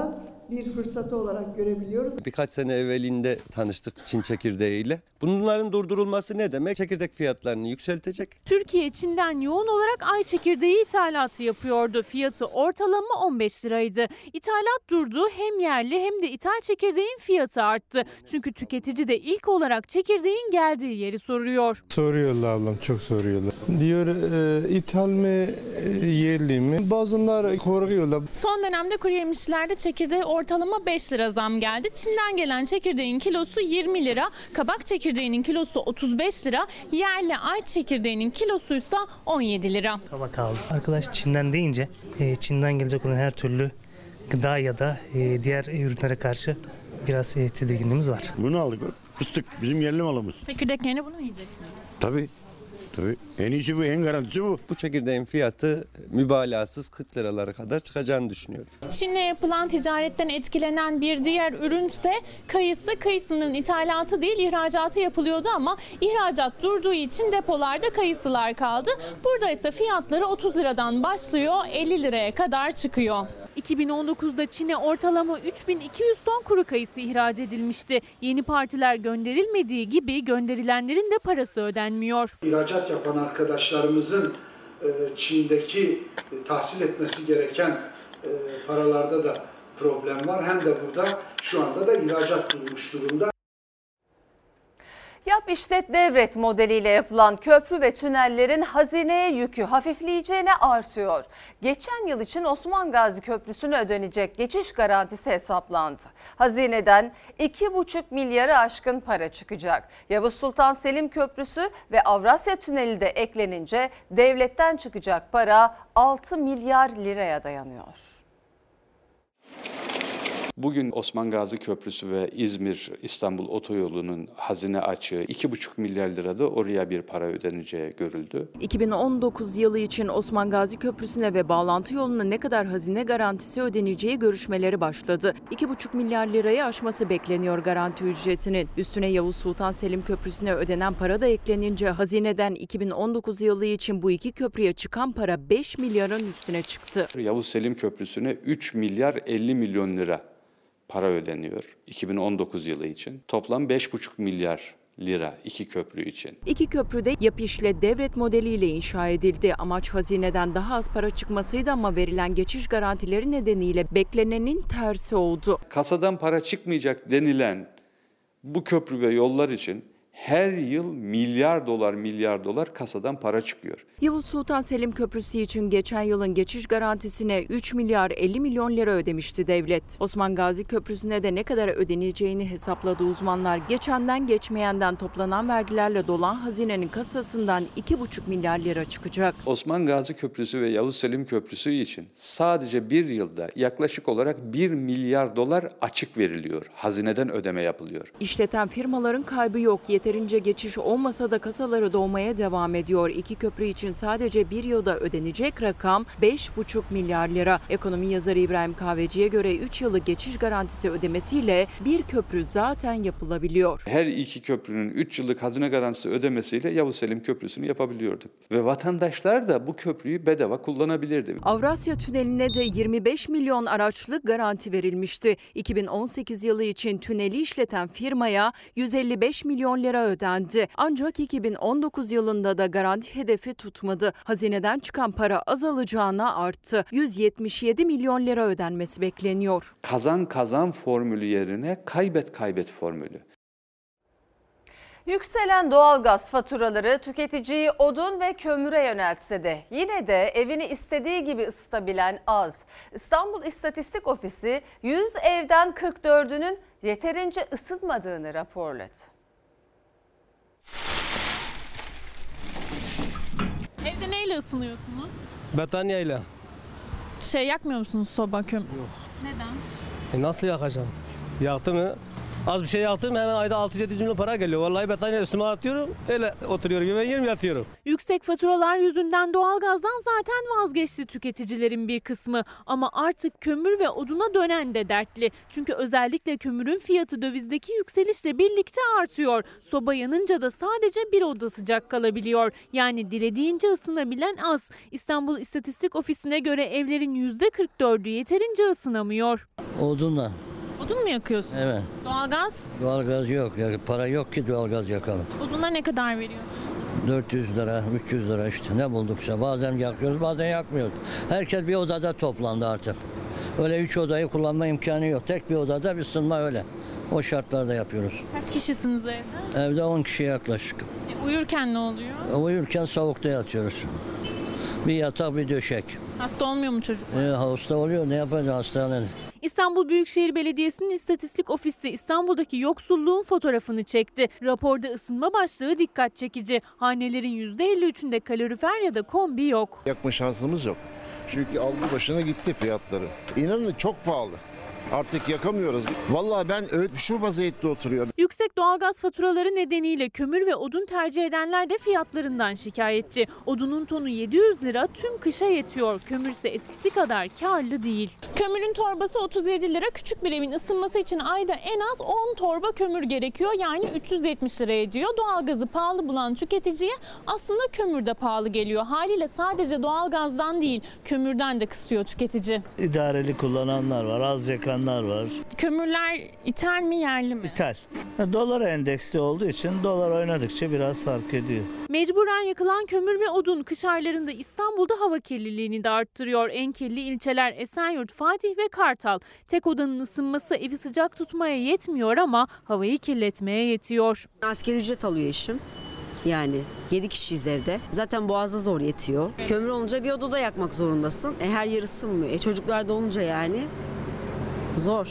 bir fırsatı olarak görebiliyoruz. Birkaç sene evvelinde tanıştık Çin çekirdeğiyle. Bunların durdurulması ne demek? Çekirdek fiyatlarını yükseltecek. Türkiye Çin'den yoğun olarak ay çekirdeği ithalatı yapıyordu. Fiyatı ortalama 15 liraydı. İthalat durdu, hem yerli hem de ithal çekirdeğin fiyatı arttı. Çünkü tüketici de ilk olarak çekirdeğin geldiği yeri soruyor. Soruyorlar ablam, çok soruyorlar. Diyor ithal mi, yerli mi? Bazıları korkuyorlar. Son dönemde kuru yemişçilerde çekirdeğe ortalama 5 lira zam geldi. Çin'den gelen çekirdeğin kilosu 20 lira, kabak çekirdeğinin kilosu 35 lira, yerli ay çekirdeğinin kilosuysa 17 lira. Kabak aldım. Arkadaş Çin'den deyince Çin'den gelecek olan her türlü gıda ya da diğer ürünlere karşı biraz tedirginliğimiz var. Bunu aldık. Fıstık bizim yerli malımız. Çekirdek yerine bunu mu yiyeceksiniz? Tabii. Tabii. En iyisi bu, en garantisi bu. Bu çekirdeğin fiyatı mübalağasız 40 liralara kadar çıkacağını düşünüyorum. Çin'le yapılan ticaretten etkilenen bir diğer ürünse kayısı. Kayısının ithalatı değil ihracatı yapılıyordu ama ihracat durduğu için depolarda kayısılar kaldı. Burada ise fiyatları 30 liradan başlıyor, 50 liraya kadar çıkıyor. 2019'da Çin'e ortalama 3200 ton kuru kayısı ihraç edilmişti. Yeni partiler gönderilmediği gibi gönderilenlerin de parası ödenmiyor. İhracat yapan arkadaşlarımızın Çin'deki tahsil etmesi gereken paralarda da problem var. Hem de burada şu anda da ihracat durmuş durumda. Yap işlet devret modeliyle yapılan köprü ve tünellerin hazineye yükü hafifleyeceğine artıyor. Geçen yıl için Osman Gazi Köprüsü'ne ödenecek geçiş garantisi hesaplandı. Hazineden 2,5 milyarı aşkın para çıkacak. Yavuz Sultan Selim Köprüsü ve Avrasya Tüneli de eklenince devletten çıkacak para 6 milyar liraya dayanıyor. Bugün Osman Gazi Köprüsü ve İzmir-İstanbul otoyolunun hazine açığı 2,5 milyar lirada oraya bir para ödeneceği görüldü. 2019 yılı için Osman Gazi Köprüsü'ne ve bağlantı yoluna ne kadar hazine garantisi ödeneceği görüşmeleri başladı. 2,5 milyar lirayı aşması bekleniyor garanti ücretinin. Üstüne Yavuz Sultan Selim Köprüsü'ne ödenen para da eklenince hazineden 2019 yılı için bu iki köprüye çıkan para 5 milyarın üstüne çıktı. Yavuz Selim Köprüsü'ne 3 milyar 50 milyon lira para ödeniyor 2019 yılı için. Toplam 5,5 milyar lira iki köprü için. İki köprü de yap işlet devret modeliyle inşa edildi. Amaç hazineden daha az para çıkmasıydı ama verilen geçiş garantileri nedeniyle beklenenin tersi oldu. Kasadan para çıkmayacak denilen bu köprü ve yollar için her yıl milyar dolar kasadan para çıkıyor. Yavuz Sultan Selim Köprüsü için geçen yılın geçiş garantisine 3 milyar 50 milyon lira ödemişti devlet. Osman Gazi Köprüsü'ne de ne kadar ödeneceğini hesapladı uzmanlar. Geçenden geçmeyenden toplanan vergilerle dolan hazinenin kasasından 2,5 milyar lira çıkacak. Osman Gazi Köprüsü ve Yavuz Selim Köprüsü için sadece bir yılda yaklaşık olarak 1 milyar dolar açık veriliyor. Hazineden ödeme yapılıyor. İşleten firmaların kaybı yok. Yeterince geçiş olmasa da kasaları dolmaya devam ediyor. İki köprü için sadece bir yılda ödenecek rakam 5,5 milyar lira. Ekonomi yazarı İbrahim Kahveci'ye göre 3 yıllık geçiş garantisi ödemesiyle bir köprü zaten yapılabiliyor. Her iki köprünün 3 yıllık hazine garantisi ödemesiyle Yavuz Selim Köprüsü'nü yapabiliyorduk. Ve vatandaşlar da bu köprüyü bedava kullanabilirdi. Avrasya Tüneli'ne de 25 milyon araçlık garanti verilmişti. 2018 yılı için tüneli işleten firmaya 155 milyon lira ödendi. Ancak 2019 yılında da garanti hedefi tutmadı. Hazineden çıkan para azalacağına arttı. 177 milyon lira ödenmesi bekleniyor. Kazan formülü yerine kaybet formülü. Yükselen doğalgaz faturaları tüketiciyi odun ve kömüre yöneltse de yine de evini istediği gibi ısıtabilen az. İstanbul İstatistik Ofisi 100 evden 44'ünün yeterince ısınmadığını raporladı. Evde neyle ısınıyorsunuz? Battaniyeyle. Yakmıyor musunuz soba, kömür? Yok. Neden? Nasıl yakacağım? Yaktı mı Az bir şey yaptım hemen ayda 600-700 milyon para geliyor. Vallahi battaniye üstüme atıyorum. Öyle oturuyorum gibi yerim yatıyorum. Yüksek faturalar yüzünden doğalgazdan zaten vazgeçti tüketicilerin bir kısmı. Ama artık kömür ve oduna dönen de dertli. Çünkü özellikle kömürün fiyatı dövizdeki yükselişle birlikte artıyor. Soba yanınca da sadece bir oda sıcak kalabiliyor. Yani dilediğince ısınabilen az. İstanbul İstatistik Ofisi'ne göre evlerin %44'ü yeterince ısınamıyor. Odunla. Odun mu yakıyorsun? Evet. Doğalgaz? Doğalgaz yok. Yani para yok ki doğalgaz yakalım. Oduna ne kadar veriyor? 400 lira, 300 lira işte ne buldukça. Bazen yakıyoruz, bazen yakmıyoruz. Herkes bir odada toplandı artık. Öyle 3 odayı kullanma imkanı yok. Tek bir odada bir ısınma öyle. O şartlarda yapıyoruz. Kaç kişisiniz evde? Evde 10 kişi yaklaşık. Uyurken ne oluyor? Uyurken soğukta yatıyoruz. Bir yatak, bir döşek. Hasta olmuyor mu çocuk? Hasta oluyor, ne yapacağız hastanede? İstanbul Büyükşehir Belediyesi'nin İstatistik Ofisi İstanbul'daki yoksulluğun fotoğrafını çekti. Raporda ısınma başlığı dikkat çekici. Hanelerin %53'ünde kalorifer ya da kombi yok. Yakma şansımız yok. Çünkü aldı başına gitti fiyatları. İnanın çok pahalı. Artık yakamıyoruz. Vallahi ben şu vaziyette oturuyorum. Yüksek doğalgaz faturaları nedeniyle kömür ve odun tercih edenler de fiyatlarından şikayetçi. Odunun tonu 700 lira tüm kışa yetiyor. Kömürse eskisi kadar karlı değil. Kömürün torbası 37 lira. Küçük bir evin ısınması için ayda en az 10 torba kömür gerekiyor. Yani 370 lira ediyor. Doğalgazı pahalı bulan tüketiciye aslında kömür de pahalı geliyor. Haliyle sadece doğalgazdan değil, kömürden de kısıyor tüketici. İdareli kullananlar var, az yakanlar var. Kömürler ithal mi, yerli mi? İthal. Dolar endeksli olduğu için dolar oynadıkça biraz fark ediyor. Mecburen yakılan kömür ve odun kış aylarında İstanbul'da hava kirliliğini de arttırıyor. En kirli ilçeler Esenyurt, Fatih ve Kartal. Tek odanın ısınması evi sıcak tutmaya yetmiyor ama havayı kirletmeye yetiyor. Asgari ücret alıyor eşim. Yani 7 kişiyiz evde. Zaten boğaza zor yetiyor. Kömür olunca bir odada yakmak zorundasın. Her yer ısınmıyor. Çocuklar da olunca yani zor.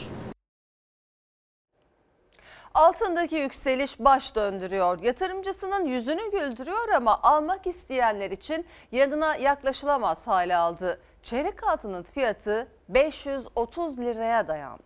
Altındaki yükseliş baş döndürüyor. Yatırımcısının yüzünü güldürüyor ama almak isteyenler için yanına yaklaşılamaz hale aldı. Çeyrek altının fiyatı 530 liraya dayandı.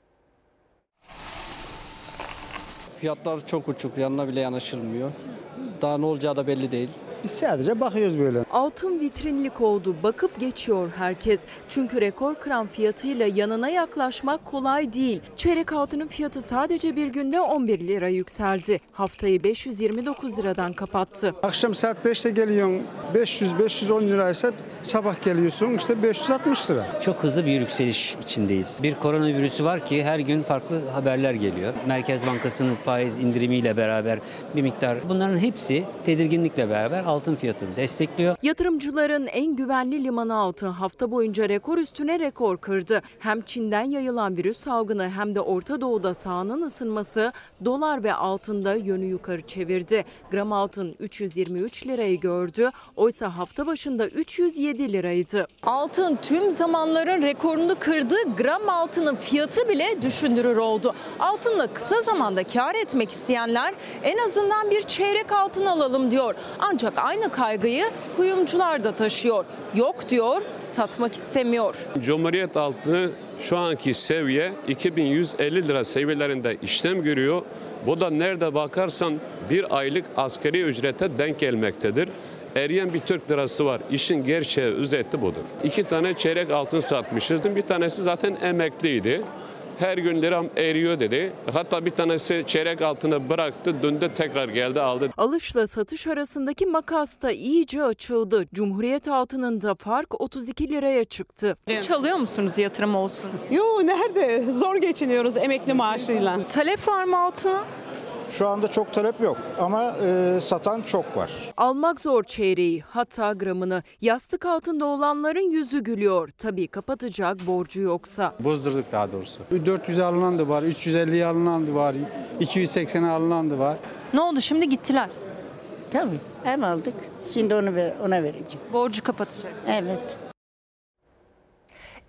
Fiyatlar çok uçuk, yanına bile yanaşılmıyor. Daha ne olacağı da belli değil. Biz sadece bakıyoruz böyle. Altın vitrinlik oldu. Bakıp geçiyor herkes. Çünkü rekor kıran fiyatıyla yanına yaklaşmak kolay değil. Çeyrek altının fiyatı sadece bir günde 11 lira yükseldi. Haftayı 529 liradan kapattı. Akşam saat 5'te geliyorsun 500-510 liraysa sabah geliyorsun işte 560 lira. Çok hızlı bir yükseliş içindeyiz. Bir koronavirüsü var ki her gün farklı haberler geliyor. Merkez Bankası'nın faiz indirimiyle beraber bir miktar, bunların hepsi tedirginlikle beraber altın fiyatını destekliyor. Yatırımcıların en güvenli limanı altın hafta boyunca rekor üstüne rekor kırdı. Hem Çin'den yayılan virüs salgını hem de Orta Doğu'da sahanın ısınması dolar ve altında yönü yukarı çevirdi. Gram altın 323 lirayı gördü. Oysa hafta başında 307 liraydı. Altın tüm zamanların rekorunu kırdı. Gram altının fiyatı bile düşündürür oldu. Altınla kısa zamanda kar etmek isteyenler en azından bir çeyrek altın alalım diyor. Ancak aynı kaygıyı kuyumcular da taşıyor. Yok diyor, satmak istemiyor. Cumhuriyet altını şu anki seviye 2150 lira seviyelerinde işlem görüyor. Bu da nerede bakarsan bir aylık asgari ücrete denk gelmektedir. Eriyen bir Türk lirası var. İşin gerçeği, özeti budur. 2 tane çeyrek altın satmışız. Bir tanesi zaten emekliydi. Her gün liram eriyor dedi. Hatta bir tanesi çeyrek altını bıraktı, döndü tekrar geldi aldı. Alışla satış arasındaki makas da iyice açıldı. Cumhuriyet altınında fark 32 liraya çıktı. Çalıyor musunuz yatırım olsun? Yo, nerede? Zor geçiniyoruz emekli maaşıyla. Talep var mı altına? Şu anda çok talep yok ama satan çok var. Almak zor çeyreği, hatta gramını. Yastık altında olanların yüzü gülüyor. Tabii kapatacak borcu yoksa. Bozdurduk daha doğrusu. 400'e alınan da var, 350'ye alınan da var, 280'e alınan da var. Ne oldu şimdi gittiler? Tabii ev aldık. Şimdi ona vereceğim. Borcu kapatacaksın. Evet.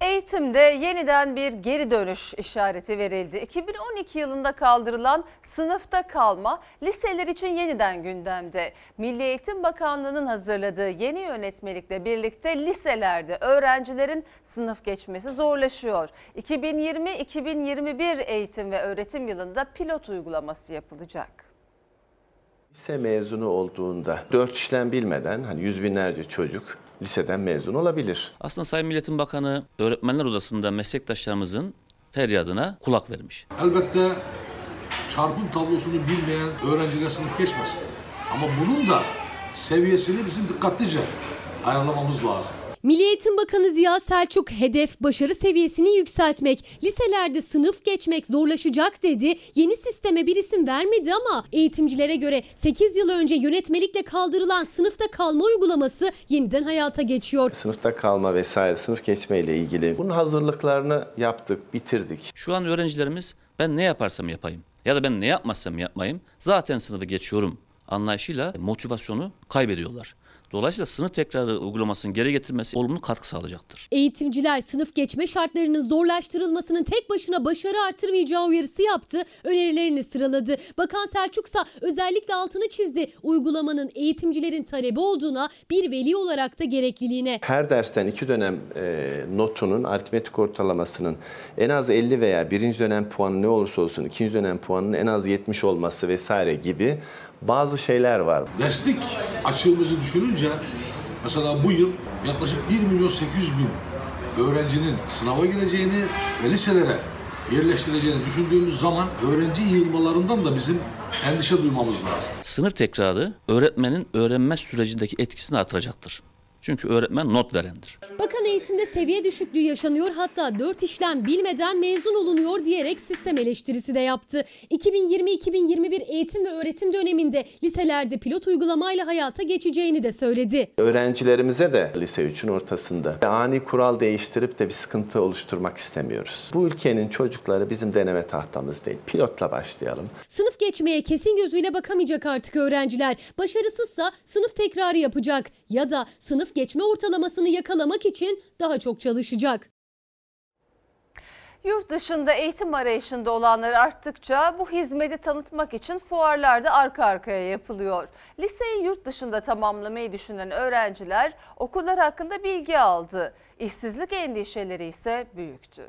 Eğitimde yeniden bir geri dönüş işareti verildi. 2012 yılında kaldırılan sınıfta kalma liseler için yeniden gündemde. Milli Eğitim Bakanlığı'nın hazırladığı yeni yönetmelikle birlikte liselerde öğrencilerin sınıf geçmesi zorlaşıyor. 2020-2021 eğitim ve öğretim yılında pilot uygulaması yapılacak. Lise mezunu olduğunda 4 işlem bilmeden hani yüz binlerce çocuk liseden mezun olabilir. Aslında Sayın Milli Eğitim Bakanı Öğretmenler Odası'nda meslektaşlarımızın feryadına kulak vermiş. Elbette çarpım tablosunu bilmeyen öğrenciler sınıf geçmesin. Ama bunun da seviyesini bizim dikkatlice ayarlamamız lazım. Milli Eğitim Bakanı Ziya Selçuk hedef başarı seviyesini yükseltmek, liselerde sınıf geçmek zorlaşacak dedi. Yeni sisteme bir isim vermedi ama eğitimcilere göre 8 yıl önce yönetmelikle kaldırılan sınıfta kalma uygulaması yeniden hayata geçiyor. Sınıfta kalma vesaire sınıf geçme ile ilgili bunun hazırlıklarını yaptık, bitirdik. Şu an öğrencilerimiz ben ne yaparsam yapayım ya da ben ne yapmazsam yapmayayım zaten sınıfı geçiyorum anlayışıyla motivasyonu kaybediyorlar. Dolayısıyla sınıf tekrarı uygulamasının geri getirmesi olumlu katkı sağlayacaktır. Eğitimciler sınıf geçme şartlarının zorlaştırılmasının tek başına başarı artırmayacağı uyarısı yaptı, önerilerini sıraladı. Bakan Selçuk ise özellikle altını çizdi. Uygulamanın eğitimcilerin talebi olduğuna, bir veli olarak da gerekliliğine. Her dersten 2 dönem notunun aritmetik ortalamasının en az 50 veya birinci dönem puanı ne olursa olsun ikinci dönem puanının en az 70 olması vesaire gibi bazı şeyler var. Derslik açığımızı düşününce mesela bu yıl yaklaşık 1.800.000 öğrencinin sınava gireceğini ve liselere yerleştireceğini düşündüğümüz zaman öğrenci yığılmalarından da bizim endişe duymamız lazım. Sınıf tekrarı öğretmenin öğrenme sürecindeki etkisini artıracaktır. Çünkü öğretmen not verendir. Bakan eğitimde seviye düşüklüğü yaşanıyor, hatta 4 işlem bilmeden mezun olunuyor diyerek sistem eleştirisi de yaptı. 2020-2021 eğitim ve öğretim döneminde liselerde pilot uygulamayla hayata geçeceğini de söyledi. Öğrencilerimize de lise 3'ün ortasında ani kural değiştirip de bir sıkıntı oluşturmak istemiyoruz. Bu ülkenin çocukları bizim deneme tahtamız değil. Pilotla başlayalım. Sınıf geçmeye kesin gözüyle bakamayacak artık öğrenciler. Başarısızsa sınıf tekrarı yapacak ya da sınıf geçme ortalamasını yakalamak için daha çok çalışacak. Yurt dışında eğitim arayışında olanlar arttıkça bu hizmeti tanıtmak için fuarlar da arka arkaya yapılıyor. Liseyi yurt dışında tamamlamayı düşünen öğrenciler okullar hakkında bilgi aldı. İşsizlik endişeleri ise büyüktü.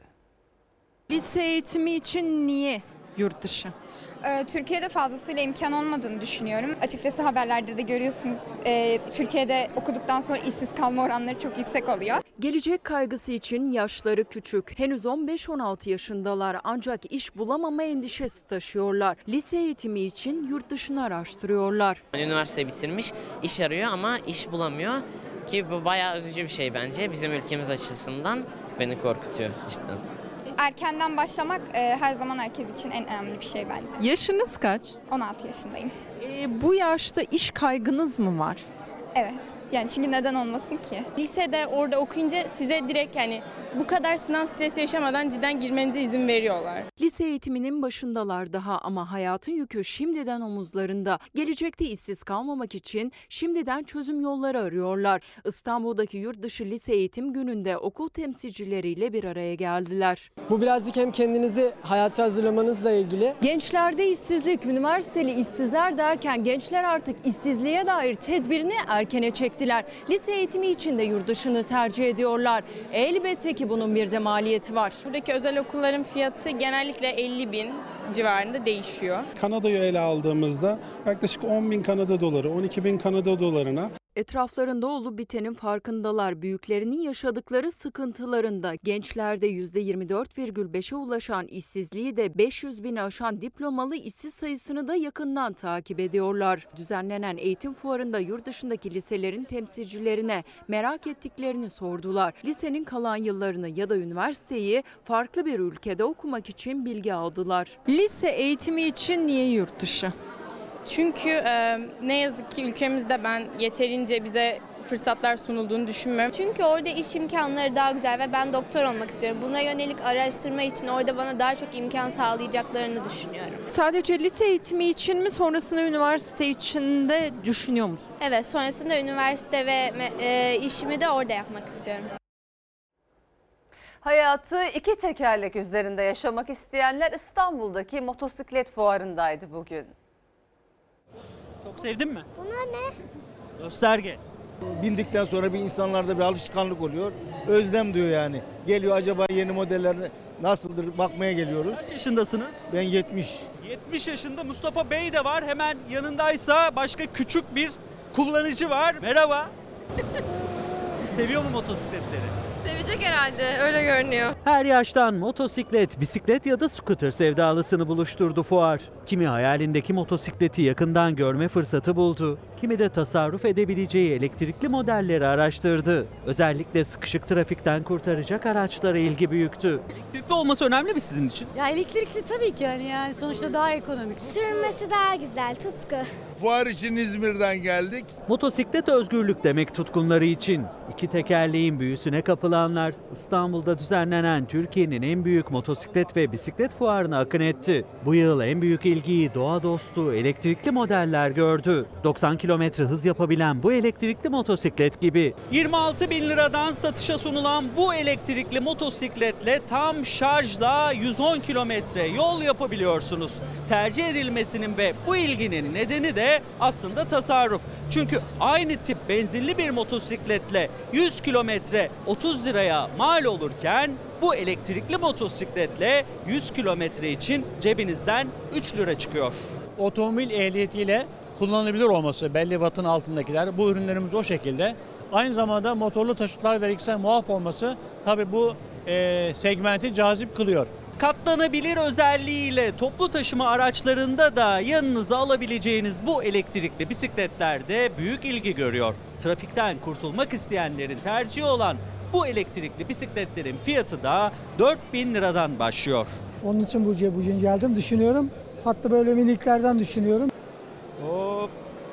Lise eğitimi için niye yurt dışı? Türkiye'de fazlasıyla imkan olmadığını düşünüyorum. Açıkçası haberlerde de görüyorsunuz Türkiye'de okuduktan sonra işsiz kalma oranları çok yüksek oluyor. Gelecek kaygısı için yaşları küçük. Henüz 15-16 yaşındalar ancak iş bulamama endişesi taşıyorlar. Lise eğitimi için yurt dışını araştırıyorlar. Üniversite bitirmiş, iş arıyor ama iş bulamıyor ki bu bayağı üzücü bir şey bence. Bizim ülkemiz açısından beni korkutuyor cidden. Erkenden başlamak her zaman herkes için en önemli bir şey bence. Yaşınız kaç? 16 yaşındayım. Bu yaşta iş kaygınız mı var? Evet. Yani çünkü neden olmasın ki? Lisede orada okuyunca size direkt hani bu kadar sınav stresi yaşamadan cidden girmenize izin veriyorlar. Lise eğitiminin başındalar daha ama hayatın yükü şimdiden omuzlarında. Gelecekte işsiz kalmamak için şimdiden çözüm yolları arıyorlar. İstanbul'daki Yurtdışı Lise Eğitim Günü'nde okul temsilcileriyle bir araya geldiler. Bu birazcık hem kendinizi hayata hazırlamanızla ilgili. Gençlerde işsizlik, üniversiteli işsizler derken gençler artık işsizliğe dair tedbirini erkene çektiler. Lise eğitimi için de yurt dışını tercih ediyorlar. Elbette ki bunun bir de maliyeti var. Buradaki özel okulların fiyatı genellikle 50.000 civarında değişiyor. Kanada'yı ele aldığımızda yaklaşık 10.000 Kanada doları, 12.000 Kanada dolarına. Etraflarında olup bitenin farkındalar. Büyüklerinin yaşadıkları sıkıntılarında gençlerde %24,5'e ulaşan işsizliği de 500.000'i aşan diplomalı işsiz sayısını da yakından takip ediyorlar. Düzenlenen eğitim fuarında yurt dışındaki liselerin temsilcilerine merak ettiklerini sordular. Lisenin kalan yıllarını ya da üniversiteyi farklı bir ülkede okumak için bilgi aldılar. Lise eğitimi için niye yurt dışı? Çünkü ne yazık ki ülkemizde ben yeterince bize fırsatlar sunulduğunu düşünmüyorum. Çünkü orada iş imkanları daha güzel ve ben doktor olmak istiyorum. Buna yönelik araştırma için orada bana daha çok imkan sağlayacaklarını düşünüyorum. Sadece lise eğitimi için mi, sonrasında üniversite için de düşünüyor musun? Evet, sonrasında üniversite ve işimi de orada yapmak istiyorum. Hayatı iki tekerlek üzerinde yaşamak isteyenler İstanbul'daki motosiklet fuarındaydı bugün. Çok sevdin mi? Buna ne? Gösterge. Bindikten sonra bir insanlarda bir alışkanlık oluyor. Özlem diyor yani. Geliyor, acaba yeni modeller nasıldır bakmaya geliyoruz. Kaç yaşındasınız? Ben 70. 70 yaşında Mustafa Bey de var. Hemen yanındaysa başka küçük bir kullanıcı var. Merhaba. Seviyor mu motosikletleri? Sevecek herhalde, öyle görünüyor. Her yaştan motosiklet, bisiklet ya da scooter sevdalısını buluşturdu fuar. Kimi hayalindeki motosikleti yakından görme fırsatı buldu. Kimi de tasarruf edebileceği elektrikli modelleri araştırdı. Özellikle sıkışık trafikten kurtaracak araçlara ilgi büyüktü. Elektrikli olması önemli mi sizin için? Ya elektrikli tabii ki yani sonuçta daha ekonomik. Sürmesi daha güzel, tutku. Fuar için İzmir'den geldik. Motosiklet özgürlük demek tutkunları için. İki tekerleğin büyüsüne kapılanlar İstanbul'da düzenlenen Türkiye'nin en büyük motosiklet ve bisiklet fuarına akın etti. Bu yıl en büyük ilgiyi doğa dostu elektrikli modeller gördü. 90 kilometre hız yapabilen bu elektrikli motosiklet gibi. 26 bin liradan satışa sunulan bu elektrikli motosikletle tam şarjla 110 kilometre yol yapabiliyorsunuz. Tercih edilmesinin ve bu ilginin nedeni de aslında tasarruf. Çünkü aynı tip benzinli bir motosikletle 100 kilometre 30 liraya mal olurken bu elektrikli motosikletle 100 kilometre için cebinizden 3 lira çıkıyor. Otomobil ehliyetiyle kullanılabilir olması, belli wattın altındakiler, bu ürünlerimiz o şekilde. Aynı zamanda motorlu taşıtlar vergisinden muaf olması tabii bu segmenti cazip kılıyor. Katlanabilir özelliğiyle toplu taşıma araçlarında da yanınıza alabileceğiniz bu elektrikli bisikletlerde büyük ilgi görüyor. Trafikten kurtulmak isteyenlerin tercihi olan bu elektrikli bisikletlerin fiyatı da 4.000 liradan başlıyor. Onun için bugün geldim, düşünüyorum. Hatta böyle miniklerden düşünüyorum. Hop.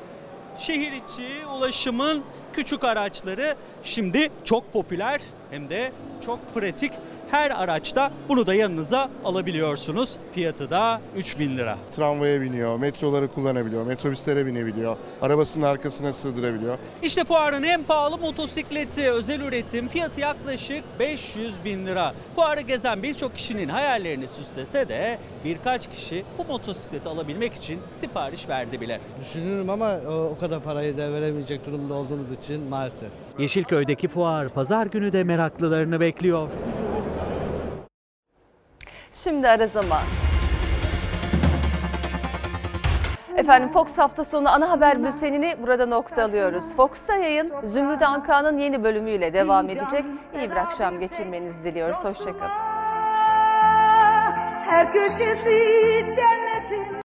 Şehir içi ulaşımın küçük araçları şimdi çok popüler hem de çok pratik. Her araçta bunu da yanınıza alabiliyorsunuz. Fiyatı da 3.000 lira. Tramvaya biniyor, metroları kullanabiliyor, metrobüslere binebiliyor, arabasının arkasına sığdırabiliyor. İşte fuarın en pahalı motosikleti, özel üretim, fiyatı yaklaşık 500.000 lira. Fuarı gezen birçok kişinin hayallerini süslese de birkaç kişi bu motosikleti alabilmek için sipariş verdi bile. Düşünüyorum ama o kadar parayı da veremeyecek durumda olduğumuz için maalesef. Yeşilköy'deki fuar pazar günü de meraklılarını bekliyor. Şimdi ara zaman. Efendim Fox hafta sonu ana haber bültenini burada nokta alıyoruz. Fox'ta yayın Zümrüt Anka'nın yeni bölümüyle devam edecek. İyi bir akşam geçirmenizi diliyoruz. Hoşçakalın. Her köşesi cennetin.